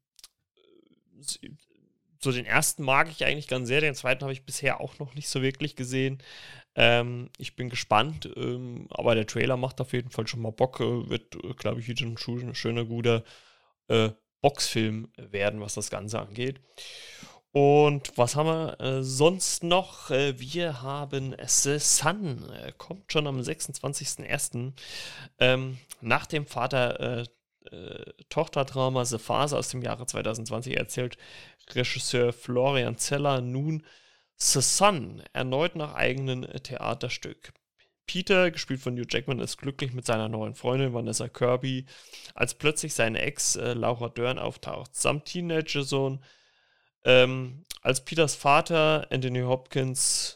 so den ersten mag ich eigentlich ganz sehr, den zweiten habe ich bisher auch noch nicht so wirklich gesehen. Ähm, ich bin gespannt, ähm, aber der Trailer macht auf jeden Fall schon mal Bock. Äh, wird, äh, glaube ich, wieder ein, ein schöner, guter äh, Boxfilm werden, was das Ganze angeht. Und was haben wir äh, sonst noch? Äh, wir haben The Sun, äh, kommt schon am sechsundzwanzigsten ersten Ähm, nach dem Vater-Tochter-Drama The Phase aus dem Jahre zwanzig zwanzig erzählt Regisseur Florian Zeller nun The Sun, erneut nach eigenem Theaterstück. Peter, gespielt von Hugh Jackman, ist glücklich mit seiner neuen Freundin Vanessa Kirby, als plötzlich seine Ex äh, Laura Dern auftaucht, samt Teenager-Sohn. Ähm, als Peters Vater, Anthony Hopkins,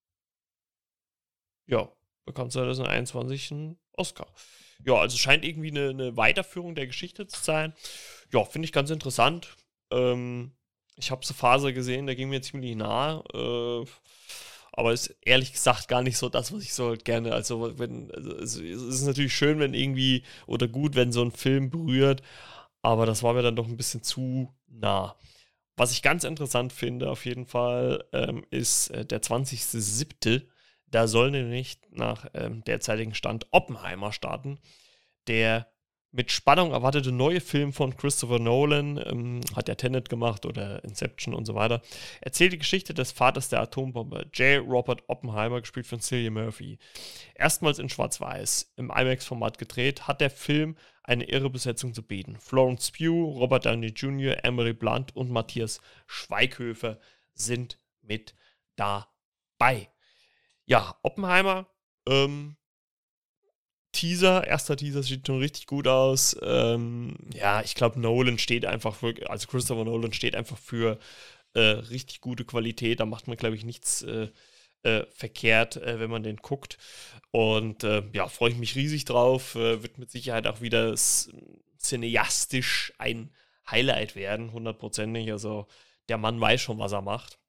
ja, bekam zwanzig einundzwanzig einen Oscar. Ja, also scheint irgendwie eine, eine Weiterführung der Geschichte zu sein. Ja, finde ich ganz interessant. Ähm, ich habe so Phase gesehen, der ging mir ziemlich nahe. Äh, aber ist ehrlich gesagt gar nicht so das, was ich so gerne, also wenn, also es ist natürlich schön, wenn irgendwie, oder gut, wenn so ein Film berührt, aber das war mir dann doch ein bisschen zu nah. Was ich ganz interessant finde, auf jeden Fall, ähm, ist äh, der zwanzigster siebte Da soll nämlich nach ähm, derzeitigen Stand Oppenheimer starten. Der mit Spannung erwartete neue Film von Christopher Nolan, ähm, hat ja Tenet gemacht oder Inception und so weiter, erzählt die Geschichte des Vaters der Atombombe, J. Robert Oppenheimer, gespielt von Cillian Murphy. Erstmals in Schwarz-Weiß, im IMAX-Format gedreht, hat der Film eine irre Besetzung zu bieten. Florence Pugh, Robert Downey Junior, Emily Blunt und Matthias Schweighöfer sind mit dabei. Ja, Oppenheimer, ähm, Teaser, erster Teaser sieht schon richtig gut aus. Ähm, ja, ich glaube, Nolan steht einfach für, also Christopher Nolan steht einfach für äh, richtig gute Qualität. Da macht man, glaube ich, nichts äh, äh, verkehrt, äh, wenn man den guckt. Und äh, ja, freue ich mich riesig drauf. Äh, wird mit Sicherheit auch wieder cineastisch ein Highlight werden, hundertprozentig. Also der Mann weiß schon, was er macht.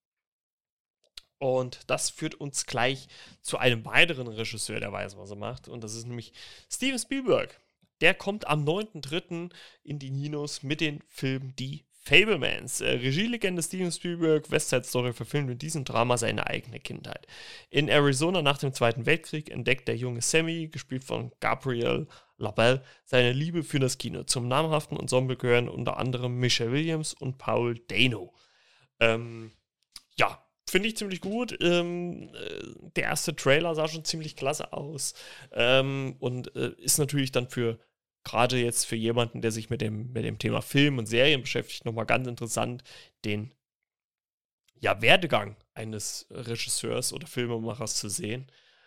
Und das führt uns gleich zu einem weiteren Regisseur, der weiß, was er macht. Und das ist nämlich Steven Spielberg. Der kommt am neunten dritten in die Kinos mit den Filmen Die Fabelmans. Äh, Regielegende Steven Spielberg, West Side Story, verfilmt mit diesem Drama seine eigene Kindheit. In Arizona nach dem Zweiten Weltkrieg entdeckt der junge Sammy, gespielt von Gabriel LaBelle, seine Liebe für das Kino. Zum namhaften Ensemble gehören unter anderem Michelle Williams und Paul Dano. Ähm, ja, finde ich ziemlich gut. Ähm, äh, der erste Trailer sah schon ziemlich klasse aus. Ähm, und äh, ist natürlich dann für, gerade jetzt für jemanden, der sich mit dem, mit dem Thema Film und Serien beschäftigt, nochmal ganz interessant, den ja, Werdegang eines Regisseurs oder Filmemachers zu sehen.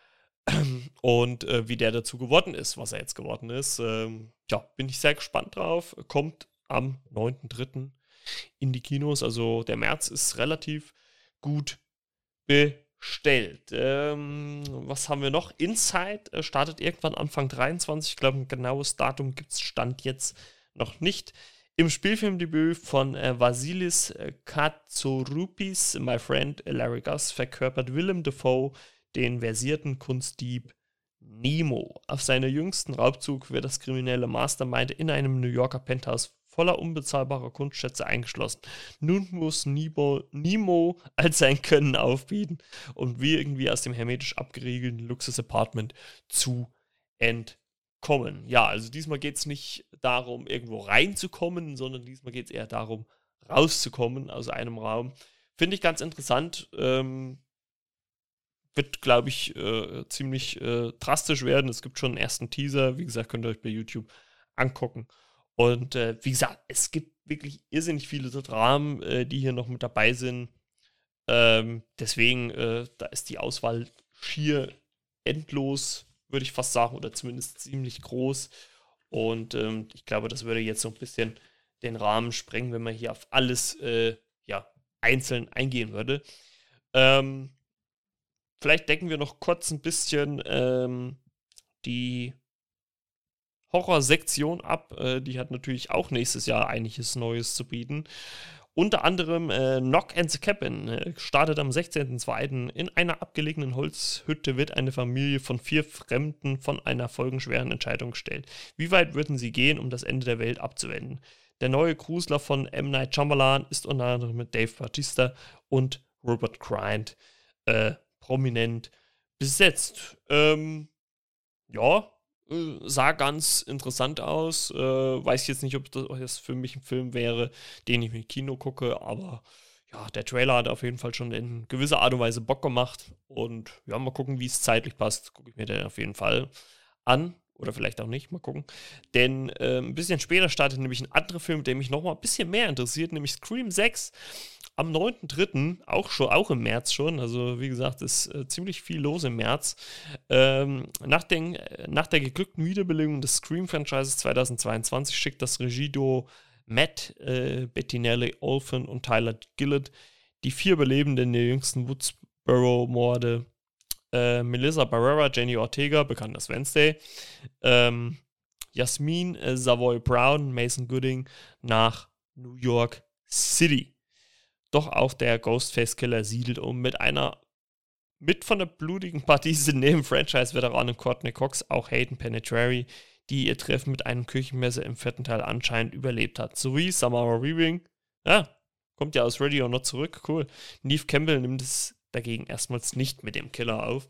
Und äh, wie der dazu geworden ist, was er jetzt geworden ist. Ähm, ja, bin ich sehr gespannt drauf. Kommt am neunten dritten in die Kinos. Also der März ist relativ gut bestellt. Ähm, was haben wir noch? Inside äh, startet irgendwann Anfang dreiundzwanzig. Ich glaube, ein genaues Datum gibt es Stand jetzt noch nicht. Im Spielfilmdebüt von äh, Vasilis äh, Katsourupis, My Friend Larry Gus, verkörpert Willem Dafoe den versierten Kunstdieb Nemo. Auf seinen jüngsten Raubzug wird das kriminelle Mastermind in einem New Yorker Penthouse voller unbezahlbarer Kunstschätze eingeschlossen. Nun muss Nemo, Nemo als sein Können aufbieten, um wie irgendwie aus dem hermetisch abgeriegelten Luxus-Apartment zu entkommen. Ja, also diesmal geht es nicht darum, irgendwo reinzukommen, sondern diesmal geht es eher darum, rauszukommen aus einem Raum. Finde ich ganz interessant. Ähm, wird, glaube ich, äh, ziemlich äh, drastisch werden. Es gibt schon einen ersten Teaser. Wie gesagt, könnt ihr euch bei YouTube angucken. Und äh, wie gesagt, es gibt wirklich irrsinnig viele Dramen, äh, die hier noch mit dabei sind. Ähm, deswegen, äh, da ist die Auswahl schier endlos, würde ich fast sagen, oder zumindest ziemlich groß. Und ähm, ich glaube, das würde jetzt so ein bisschen den Rahmen sprengen, wenn man hier auf alles äh, ja, einzeln eingehen würde. Ähm, vielleicht decken wir noch kurz ein bisschen ähm, die Horror-Sektion ab. Äh, die hat natürlich auch nächstes Jahr einiges Neues zu bieten. Unter anderem äh, Knock and the Cabin äh, startet am sechzehnten zweiten In einer abgelegenen Holzhütte wird eine Familie von vier Fremden von einer folgenschweren Entscheidung gestellt. Wie weit würden sie gehen, um das Ende der Welt abzuwenden? Der neue Grusler von M. Night Shyamalan ist unter anderem mit Dave Bautista und Robert Grant äh, prominent besetzt. Ähm, ja, äh, sah ganz interessant aus. Äh, weiß jetzt nicht, ob das für mich ein Film wäre, den ich im Kino gucke, aber ja, der Trailer hat auf jeden Fall schon in gewisser Art und Weise Bock gemacht. Und ja, mal gucken, wie es zeitlich passt. Gucke ich mir den auf jeden Fall an. Oder vielleicht auch nicht, mal gucken. Denn äh, ein bisschen später startet nämlich ein anderer Film, der mich nochmal ein bisschen mehr interessiert, nämlich Scream sechs. Am neunten dritten, auch schon, auch im März schon, also wie gesagt, ist äh, ziemlich viel los im März. Ähm, nach, den, äh, nach der geglückten Wiederbelebung des Scream-Franchises zweitausendzweiundzwanzig schickt das Regieduo Matt äh, Bettinelli, Olphin und Tyler Gillett die vier Überlebenden der jüngsten Woodsboro-Morde, äh, Melissa Barrera, Jenny Ortega, bekannt als Wednesday, ähm, Jasmine äh, Savoy Brown, Mason Gooding, nach New York City. Doch auch der Ghostface-Killer siedelt um. Mit einer mit von der blutigen Partie sind neben Franchise-Veteranen Courtney Cox auch Hayden Panettiere, die ihr Treffen mit einem Küchenmesser im vierten Teil anscheinend überlebt hat. Sowie Samara Weaving, ja, kommt ja aus Ready or Not zurück, cool. Neve Campbell nimmt es dagegen erstmals nicht mit dem Killer auf.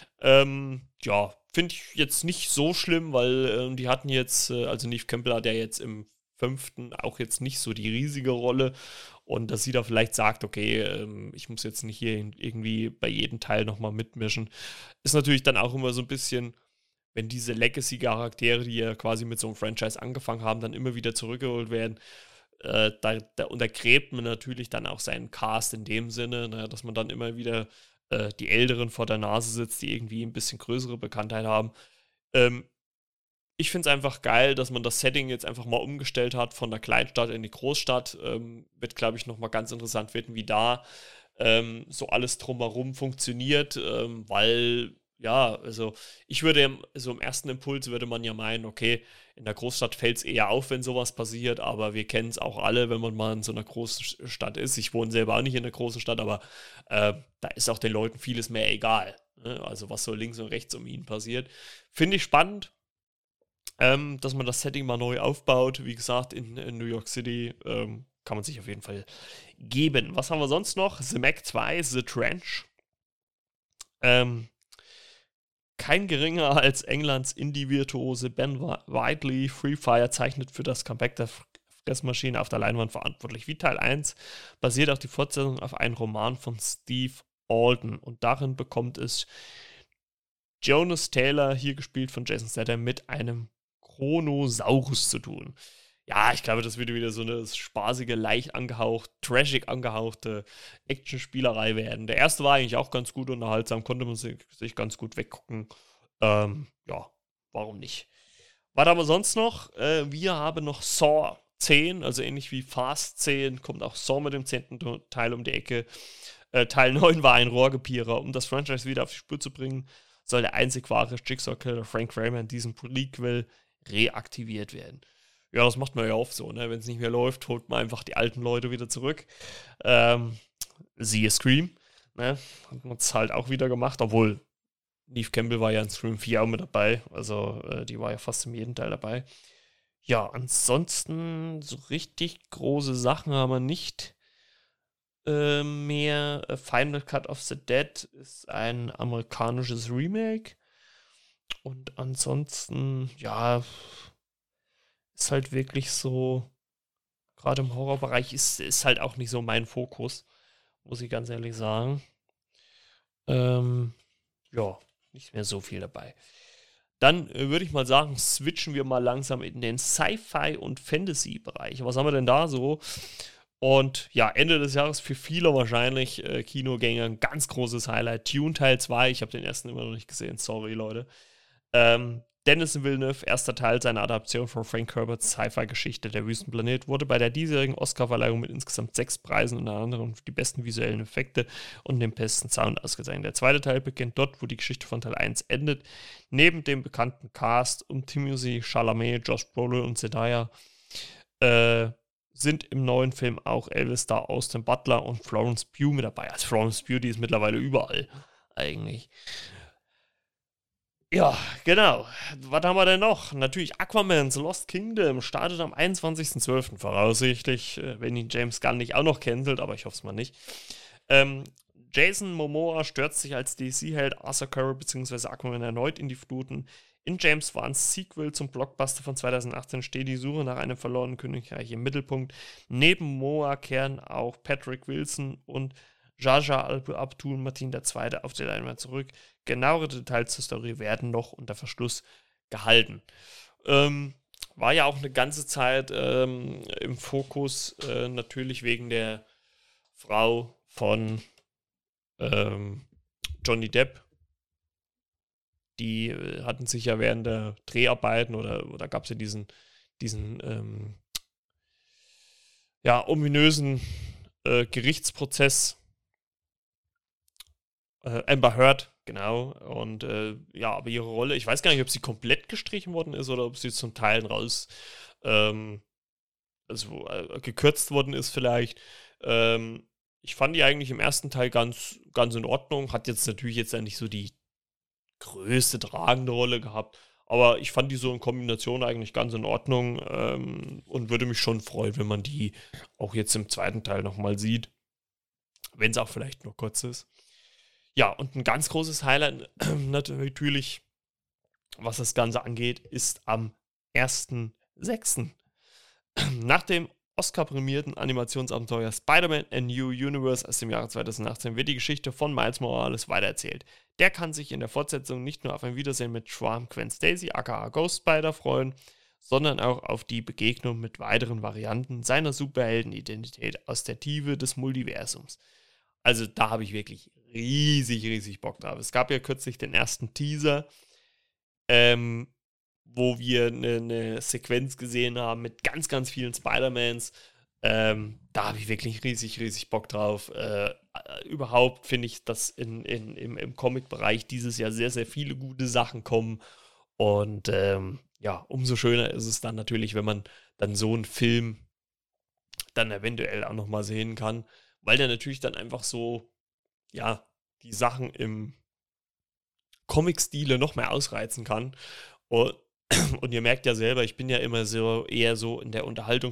Ähm, ja, finde ich jetzt nicht so schlimm, weil äh, die hatten jetzt, äh, also Neve Campbell hat ja jetzt im fünften auch jetzt nicht so die riesige Rolle und dass sie da vielleicht sagt, okay, ähm, ich muss jetzt nicht hier irgendwie bei jedem Teil nochmal mitmischen, ist natürlich dann auch immer so ein bisschen, wenn diese Legacy-Charaktere, die ja quasi mit so einem Franchise angefangen haben, dann immer wieder zurückgeholt werden, äh, da, da untergräbt man natürlich dann auch seinen Cast in dem Sinne, ne, dass man dann immer wieder äh, die Älteren vor der Nase sitzt, die irgendwie ein bisschen größere Bekanntheit haben. Ähm, Ich finde es einfach geil, dass man das Setting jetzt einfach mal umgestellt hat von der Kleinstadt in die Großstadt. Ähm, wird, glaube ich, nochmal ganz interessant werden, wie da ähm, so alles drumherum funktioniert, ähm, weil, ja, also ich würde, so im ersten Impuls würde man ja meinen, okay, in der Großstadt fällt es eher auf, wenn sowas passiert, aber wir kennen es auch alle, wenn man mal in so einer großen Stadt ist. Ich wohne selber auch nicht in einer großen Stadt, aber äh, da ist auch den Leuten vieles mehr egal. Ne? Also was so links und rechts um ihn passiert. Finde ich spannend. Ähm, dass man das Setting mal neu aufbaut. Wie gesagt, in, in New York City ähm, kann man sich auf jeden Fall geben. Was haben wir sonst noch? The Mac zwei, The Trench. Ähm, kein geringer als Englands Indie-Virtuose Ben Whiteley. Free Fire zeichnet für das Comeback der Fressmaschine auf der Leinwand verantwortlich. Wie Teil eins basiert auch die Fortsetzung auf einem Roman von Steve Alden. Und darin bekommt es Jonas Taylor, hier gespielt von Jason Statham, mit einem Chronosaurus zu tun. Ja, ich glaube, das würde wieder so eine spaßige, leicht angehaucht, trashig angehauchte Action-Spielerei werden. Der erste war eigentlich auch ganz gut unterhaltsam, konnte man sich, sich ganz gut weggucken. Ähm, ja, warum nicht? Was haben wir sonst noch? Äh, wir haben noch Saw zehn, also ähnlich wie Fast zehn, kommt auch Saw mit dem zehnten Teil um die Ecke. Äh, Teil neun war ein Rohrgepierer. Um das Franchise wieder auf die Spur zu bringen, soll der einzig wahre Jigsaw-Killer Frank Kramer in diesem Prequel reaktiviert werden. Ja, das macht man ja oft so, ne? Wenn es nicht mehr läuft, holt man einfach die alten Leute wieder zurück. Ähm, siehe Scream, ne? Hat man es halt auch wieder gemacht, obwohl Neve Campbell war ja in Scream vier auch mit dabei, also äh, die war ja fast in jedem Teil dabei. Ja, ansonsten so richtig große Sachen haben wir nicht äh, mehr. Final Cut of the Dead ist ein amerikanisches Remake. Und ansonsten, ja, ist halt wirklich so, gerade im Horrorbereich ist, ist halt auch nicht so mein Fokus, muss ich ganz ehrlich sagen. Ähm, ja, nicht mehr so viel dabei. Dann äh, würde ich mal sagen, switchen wir mal langsam in den Sci-Fi- und Fantasy-Bereich. Was haben wir denn da so? Und ja, Ende des Jahres für viele wahrscheinlich äh, Kinogänger ein ganz großes Highlight. Dune Teil zwei, ich habe den ersten immer noch nicht gesehen, sorry Leute. Ähm, Denis Villeneuve, erster Teil seiner Adaption von Frank Herberts Sci-Fi-Geschichte Der Wüstenplanet, wurde bei der diesjährigen Oscarverleihung mit insgesamt sechs Preisen, unter anderem für die besten visuellen Effekte und den besten Sound ausgezeichnet. Der zweite Teil beginnt dort, wo die Geschichte von Teil eins endet. Neben dem bekannten Cast um Timothée Chalamet, Josh Brolin und Zendaya äh, sind im neuen Film auch Elvis-Star Austin Butler und Florence Pugh mit dabei. Also Florence Pugh, die ist mittlerweile überall eigentlich. Ja, genau. Was haben wir denn noch? Natürlich Aquaman, The Lost Kingdom, startet am einundzwanzigsten zwölften voraussichtlich, äh, wenn ihn James Gunn nicht auch noch cancelt, aber ich hoffe es mal nicht. Ähm, Jason Momoa stürzt sich als D C-Held Arthur Curry bzw. Aquaman erneut in die Fluten. In James Wans Sequel zum Blockbuster von zweitausendachtzehn steht die Suche nach einem verlorenen Königreich im Mittelpunkt. Neben Momoa kehren auch Patrick Wilson und Jaja Abdul Mateen der Zweite auf die Leinwand zurück. Genauere Details zur Story werden noch unter Verschluss gehalten. Ähm, war ja auch eine ganze Zeit ähm, im Fokus, äh, natürlich wegen der Frau von ähm, Johnny Depp. Die äh, hatten sich ja während der Dreharbeiten oder, oder gab es ja diesen, diesen ähm, ja, ominösen äh, Gerichtsprozess. Äh, Amber Heard, genau. Und äh, ja, aber ihre Rolle, ich weiß gar nicht, ob sie komplett gestrichen worden ist oder ob sie zum Teil raus ähm, also äh, gekürzt worden ist vielleicht. Ähm, ich fand die eigentlich im ersten Teil ganz, ganz in Ordnung. Hat jetzt natürlich jetzt ja nicht so die größte tragende Rolle gehabt, aber ich fand die so in Kombination eigentlich ganz in Ordnung ähm, und würde mich schon freuen, wenn man die auch jetzt im zweiten Teil nochmal sieht, wenn es auch vielleicht nur kurz ist. Ja, und ein ganz großes Highlight natürlich, was das Ganze angeht, ist am ersten sechsten Nach dem Oscar-prämierten Animationsabenteuer Spider-Man A New Universe aus dem Jahre zweitausendachtzehn wird die Geschichte von Miles Morales weitererzählt. Der kann sich in der Fortsetzung nicht nur auf ein Wiedersehen mit Schwarm Gwen Stacy, aka Ghost Spider, freuen, sondern auch auf die Begegnung mit weiteren Varianten seiner Superheldenidentität aus der Tiefe des Multiversums. Also da habe ich wirklich riesig, riesig Bock drauf. Es gab ja kürzlich den ersten Teaser, ähm, wo wir eine, eine Sequenz gesehen haben mit ganz, ganz vielen Spider-Mans. Ähm, da habe ich wirklich riesig, riesig Bock drauf. Äh, überhaupt finde ich, dass in, in, im, im Comic-Bereich dieses Jahr sehr, sehr viele gute Sachen kommen. Und ähm, ja, umso schöner ist es dann natürlich, wenn man dann so einen Film dann eventuell auch nochmal sehen kann, weil der natürlich dann einfach so, ja, die Sachen im Comic-Stile noch mehr ausreizen kann. Und, und ihr merkt ja selber, ich bin ja immer so eher so in der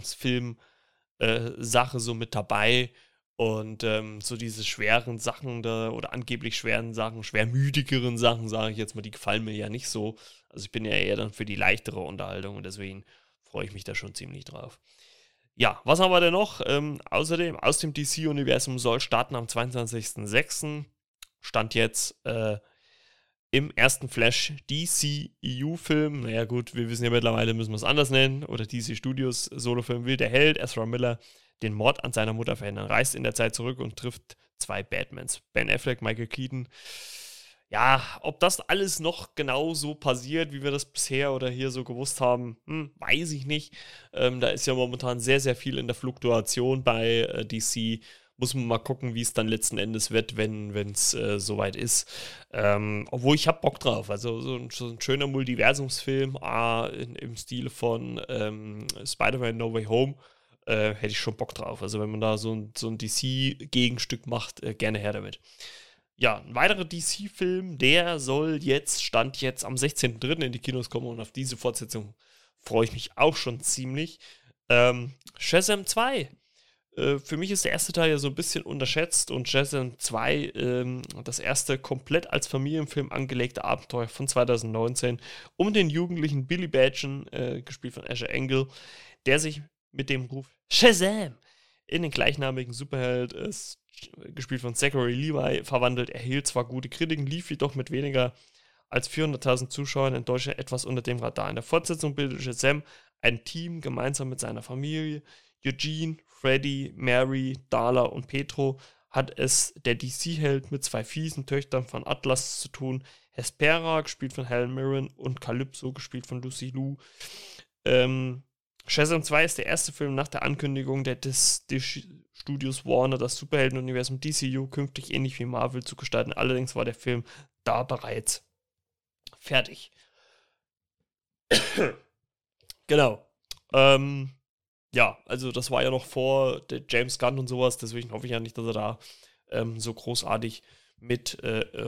Unterhaltungsfilm-Sache so mit dabei. Und ähm, so diese schweren Sachen da oder angeblich schweren Sachen, schwermütigeren Sachen, sage ich jetzt mal, die gefallen mir ja nicht so. Also ich bin ja eher dann für die leichtere Unterhaltung und deswegen freue ich mich da schon ziemlich drauf. Ja, was haben wir denn noch? Ähm, außerdem, aus dem D C-Universum soll starten am zweiundzwanzigsten sechsten Stand jetzt äh, im ersten Flash D C E U-Film. Naja gut, wir wissen ja mittlerweile, müssen wir es anders nennen. Oder D C Studios Solofilm will der Held, Ezra Miller, den Mord an seiner Mutter verhindern, reist in der Zeit zurück und trifft zwei Batmans. Ben Affleck, Michael Keaton. Ja, ob das alles noch genau so passiert, wie wir das bisher oder hier so gewusst haben, hm, weiß ich nicht. Ähm, da ist ja momentan sehr, sehr viel in der Fluktuation bei äh, D C. Muss man mal gucken, wie es dann letzten Endes wird, wenn es äh, soweit ist. Ähm, obwohl ich hab Bock drauf. Also so ein, so ein schöner Multiversumsfilm ah, in, im Stil von ähm, Spider-Man No Way Home äh, hätte ich schon Bock drauf. Also wenn man da so ein, so ein D C-Gegenstück macht, äh, gerne her damit. Ja, ein weiterer D C-Film, der soll jetzt, Stand jetzt am sechzehnten dritten in die Kinos kommen und auf diese Fortsetzung freue ich mich auch schon ziemlich. Ähm, Shazam zwei. Äh, für mich ist der erste Teil ja so ein bisschen unterschätzt und Shazam zwei, ähm, das erste komplett als Familienfilm angelegte Abenteuer von zweitausendneunzehn um den jugendlichen Billy Batson, äh, gespielt von Asher Angel, der sich mit dem Ruf Shazam in den gleichnamigen Superheld ist, gespielt von Zachary Levi, verwandelt, erhielt zwar gute Kritiken, lief jedoch mit weniger als vierhunderttausend Zuschauern in Deutschland etwas unter dem Radar. In der Fortsetzung bildet Shazam ein Team gemeinsam mit seiner Familie, Eugene, Freddy, Mary, Darla und Petro hat es der D C-Held mit zwei fiesen Töchtern von Atlas zu tun. Hespera, gespielt von Helen Mirren, und Calypso, gespielt von Lucy Liu. Ähm, Shazam zwei ist der erste Film nach der Ankündigung der Dis- Dis- Studios Warner, das Superheldenuniversum D C U künftig ähnlich wie Marvel zu gestalten. Allerdings war der Film da bereits fertig. Genau. Ähm, ja, also das war ja noch vor der James Gunn und sowas, deswegen hoffe ich ja nicht, dass er da ähm, so großartig mit äh, äh,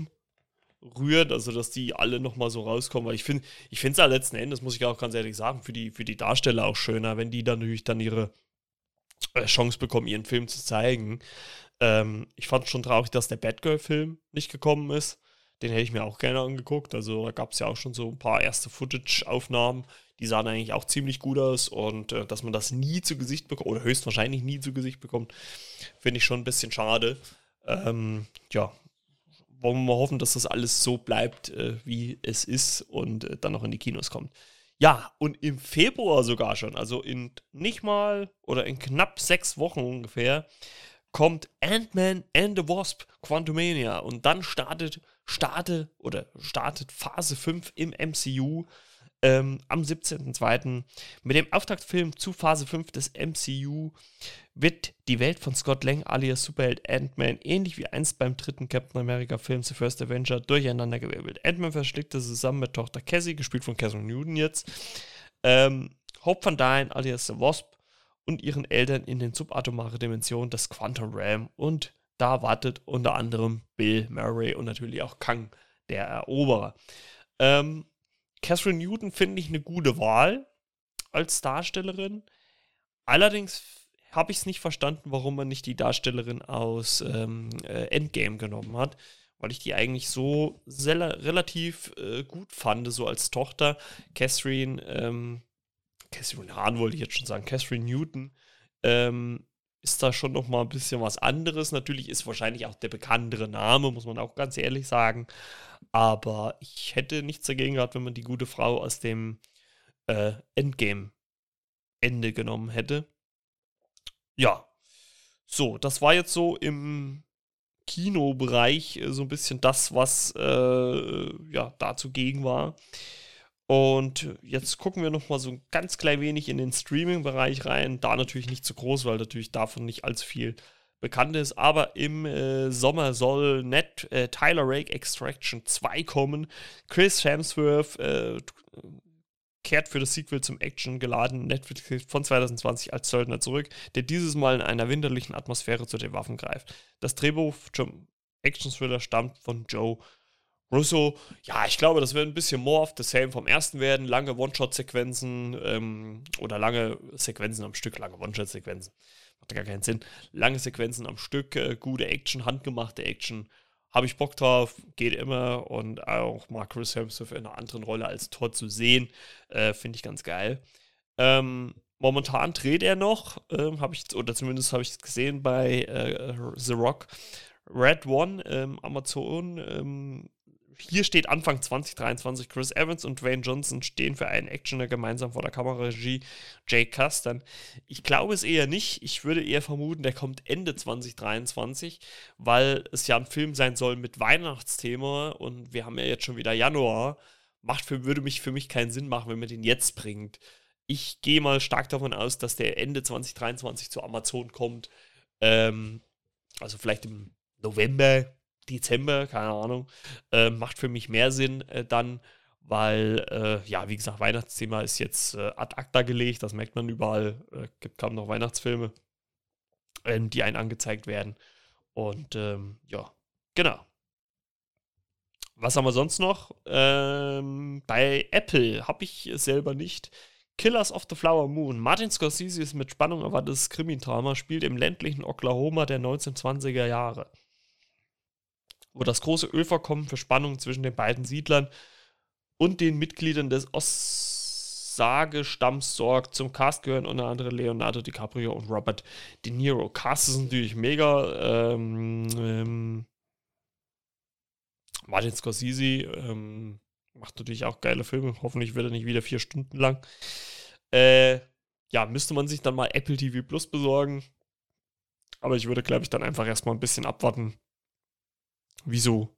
rumrührt, also dass die alle nochmal so rauskommen, weil ich finde, ich finde es ja letzten Endes, muss ich auch ganz ehrlich sagen, für die, für die Darsteller auch schöner, wenn die dann natürlich dann ihre äh, Chance bekommen, ihren Film zu zeigen. Ähm, ich fand schon traurig, dass der Batgirl-Film nicht gekommen ist. Den hätte ich mir auch gerne angeguckt. Also da gab es ja auch schon so ein paar erste Footage-Aufnahmen. Die sahen eigentlich auch ziemlich gut aus. Und äh, dass man das nie zu Gesicht bekommt, oder höchstwahrscheinlich nie zu Gesicht bekommt, finde ich schon ein bisschen schade. Ähm, ja, wollen wir mal hoffen, dass das alles so bleibt, äh, wie es ist und äh, dann noch in die Kinos kommt. Ja, und im Februar sogar schon, also in nicht mal oder in knapp sechs Wochen ungefähr, kommt Ant-Man and the Wasp Quantumania und dann startet, starte oder startet Phase fünf im M C U ähm, am siebzehnten zweiten Mit dem Auftaktfilm zu Phase fünf des M C U wird die Welt von Scott Lang alias Superheld Ant-Man ähnlich wie einst beim dritten Captain America Film The First Avenger durcheinandergewirbelt. Ant-Man verschlägt zusammen mit Tochter Cassie, gespielt von Catherine Newton jetzt, ähm, Hope Van Dyne alias The Wasp und ihren Eltern in den subatomare Dimensionen des Quantum Realm, und da wartet unter anderem Bill Murray und natürlich auch Kang, der Eroberer. Ähm, Catherine Newton finde ich eine gute Wahl als Darstellerin. Allerdings habe ich es nicht verstanden, warum man nicht die Darstellerin aus ähm, äh, Endgame genommen hat, weil ich die eigentlich so sel- relativ äh, gut fand, so als Tochter. Catherine, ähm, Catherine Hahn wollte ich jetzt schon sagen, Catherine Newton, ähm, ist da schon noch mal ein bisschen was anderes. Natürlich ist wahrscheinlich auch der bekanntere Name, muss man auch ganz ehrlich sagen. Aber ich hätte nichts dagegen gehabt, wenn man die gute Frau aus dem äh, Endgame-Ende genommen hätte. Ja, so, das war jetzt so im Kinobereich äh, so ein bisschen das, was äh, ja, da zugegen war. Und jetzt gucken wir noch mal so ein ganz klein wenig in den Streaming-Bereich rein. Da natürlich nicht zu groß, weil natürlich davon nicht allzu viel bekannt ist. Aber im äh, Sommer soll Net, äh, Tyler Rake Extraction zwei kommen. Chris Hemsworth äh, kehrt für das Sequel zum actiongeladenen Netflix von zwanzig zwanzig als Söldner zurück, der dieses Mal in einer winterlichen Atmosphäre zu den Waffen greift. Das Drehbuch zum Action-Thriller stammt von Joe Russo. Ja, ich glaube, das wird ein bisschen more of the same vom ersten werden. Lange One-Shot-Sequenzen ähm, oder lange Sequenzen am Stück, lange One-Shot-Sequenzen. Macht gar keinen Sinn. Lange Sequenzen am Stück, äh, gute Action, handgemachte Action. Habe ich Bock drauf, geht immer, und auch mal Chris Hemsworth in einer anderen Rolle als Thor zu sehen, äh, finde ich ganz geil. Ähm, momentan dreht er noch, ähm, habe ich, oder zumindest habe ich es gesehen bei äh, The Rock, Red One, ähm, Amazon. Ähm, hier steht Anfang zwanzig dreiundzwanzig. Chris Evans und Dwayne Johnson stehen für einen Actioner gemeinsam vor der Kameraregie. Jake Kasdan. Ich glaube es eher nicht. Ich würde eher vermuten, der kommt Ende zwanzig dreiundzwanzig, weil es ja ein Film sein soll mit Weihnachtsthema, und wir haben ja jetzt schon wieder Januar. Macht für, würde mich für mich keinen Sinn machen, wenn man den jetzt bringt. Ich gehe mal stark davon aus, dass der Ende zwanzig dreiundzwanzig zu Amazon kommt. Ähm, also vielleicht im November, Dezember, keine Ahnung. Äh, macht für mich mehr Sinn äh, dann, weil, äh, ja, wie gesagt, Weihnachtsthema ist jetzt äh, ad acta gelegt. Das merkt man überall. Äh, gibt kaum noch Weihnachtsfilme, ähm, die einen angezeigt werden. Und ähm, ja, genau. Was haben wir sonst noch? Ähm, bei Apple habe ich selber nicht. Killers of the Flower Moon. Martin Scorsese ist mit Spannung erwartetes Krimi-Drama, spielt im ländlichen Oklahoma der neunzehnhundertzwanziger Jahre, wo das große Ölvorkommen für Spannungen zwischen den beiden Siedlern und den Mitgliedern des Osage-Stamms sorgt. Zum Cast gehören unter anderem Leonardo DiCaprio und Robert De Niro. Cast ist natürlich mega. Ähm, ähm, Martin Scorsese ähm, macht natürlich auch geile Filme. Hoffentlich wird er nicht wieder vier Stunden lang. Äh, ja, müsste man sich dann mal Apple T V Plus besorgen. Aber ich würde, glaube ich, dann einfach erstmal ein bisschen abwarten, wieso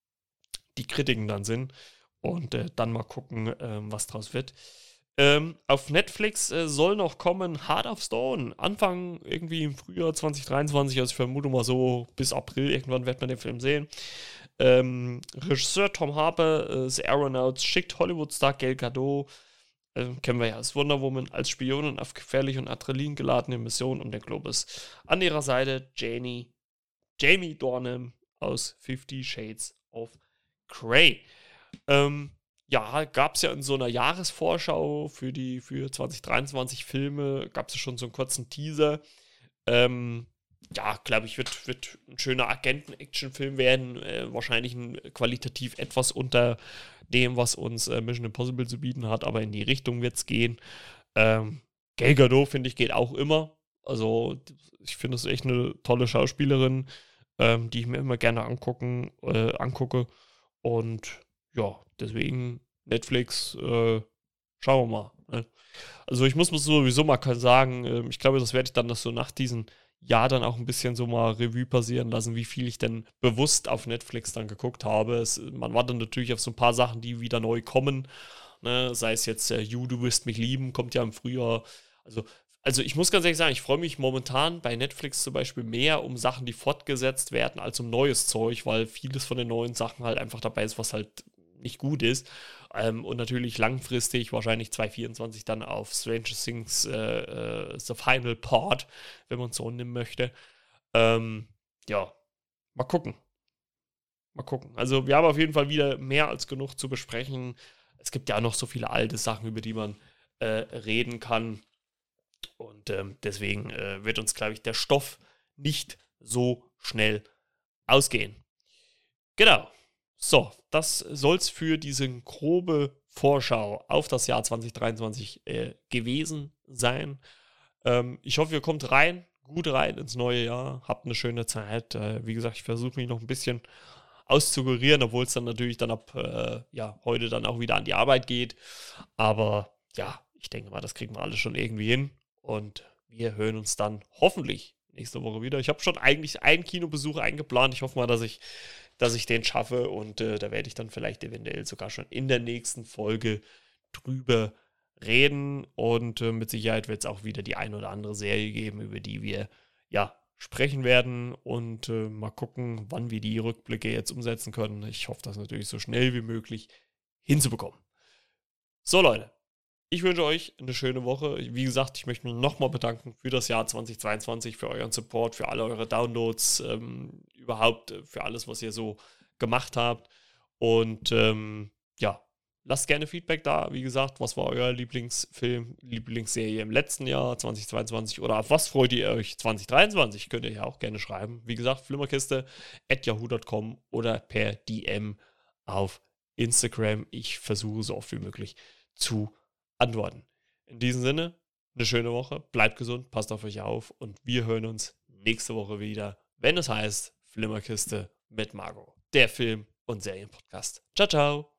die Kritiken dann sind. Und äh, dann mal gucken, ähm, was draus wird. Ähm, auf Netflix äh, soll noch kommen Heart of Stone. Anfang irgendwie im Frühjahr zwanzig dreiundzwanzig, also ich vermute mal so bis April, irgendwann wird man den Film sehen. Ähm, Regisseur Tom Harper, äh, The Aeronauts, schickt Hollywood-Star Gal Gadot, äh, kennen wir ja als Wonder Woman, als Spionin auf gefährliche und adrenalingeladene Mission um den Globus. An ihrer Seite Janie, Jamie Dornan aus Fifty Shades of Grey. Ähm, ja, gab es ja in so einer Jahresvorschau für die für zwanzig dreiundzwanzig Filme, gab es ja schon so einen kurzen Teaser. Ähm, ja, glaube ich, wird, wird ein schöner Agenten-Action-Film werden. Äh, wahrscheinlich ein, qualitativ etwas unter dem, was uns äh, Mission Impossible zu bieten hat, aber in die Richtung wird es gehen. Ähm, Gal Gadot, finde ich, geht auch immer. Also, ich finde das echt eine tolle Schauspielerin, ähm, die ich mir immer gerne angucken, äh, angucke. Und ja, deswegen Netflix, äh, schauen wir mal. Ne? Also ich muss mir sowieso mal sagen, äh, ich glaube, das werde ich dann das so nach diesem Jahr dann auch ein bisschen so mal Revue passieren lassen, wie viel ich denn bewusst auf Netflix dann geguckt habe. Es, man wartet natürlich auf so ein paar Sachen, die wieder neu kommen. Ne? Sei es jetzt äh, You, du wirst mich lieben, kommt ja im Frühjahr. Also also ich muss ganz ehrlich sagen, ich freue mich momentan bei Netflix zum Beispiel mehr um Sachen, die fortgesetzt werden, als um neues Zeug, weil vieles von den neuen Sachen halt einfach dabei ist, was halt nicht gut ist. Ähm, und natürlich langfristig, wahrscheinlich zwanzig vierundzwanzig dann auf Stranger Things äh, äh, The Final Part, wenn man es so nehmen möchte. Ähm, ja, mal gucken. Mal gucken. Also wir haben auf jeden Fall wieder mehr als genug zu besprechen. Es gibt ja noch so viele alte Sachen, über die man äh, reden kann. Und ähm, deswegen äh, wird uns, glaube ich, der Stoff nicht so schnell ausgehen. Genau. So, das soll es für diese grobe Vorschau auf das Jahr zwanzig dreiundzwanzig äh, gewesen sein. Ähm, ich hoffe, ihr kommt rein, gut rein ins neue Jahr, habt eine schöne Zeit. Äh, wie gesagt, ich versuche mich noch ein bisschen auszukurieren, obwohl es dann natürlich dann ab äh, ja, heute dann auch wieder an die Arbeit geht. Aber ja, ich denke mal, das kriegen wir alles schon irgendwie hin. Und wir hören uns dann hoffentlich nächste Woche wieder. Ich habe schon eigentlich einen Kinobesuch eingeplant. Ich hoffe mal, dass ich, dass ich den schaffe. Und äh, da werde ich dann vielleicht eventuell sogar schon in der nächsten Folge drüber reden. Und äh, mit Sicherheit wird es auch wieder die ein oder andere Serie geben, über die wir ja sprechen werden. Und äh, mal gucken, wann wir die Rückblicke jetzt umsetzen können. Ich hoffe, das natürlich so schnell wie möglich hinzubekommen. So, Leute. Ich wünsche euch eine schöne Woche. Wie gesagt, ich möchte mich nochmal bedanken für das Jahr zwanzig zweiundzwanzig, für euren Support, für alle eure Downloads, ähm, überhaupt für alles, was ihr so gemacht habt. Und ähm, ja, lasst gerne Feedback da. Wie gesagt, was war euer Lieblingsfilm, Lieblingsserie im letzten Jahr zwanzig zweiundzwanzig oder auf was freut ihr euch zwanzig dreiundzwanzig? Könnt ihr ja auch gerne schreiben. Wie gesagt, flimmerkiste at yahoo punkt com oder per D M auf Instagram. Ich versuche so oft wie möglich zu antworten. In diesem Sinne, eine schöne Woche, bleibt gesund, passt auf euch auf und wir hören uns nächste Woche wieder, wenn es heißt Flimmerkiste mit Margot, der Film- und Serienpodcast. Ciao, ciao!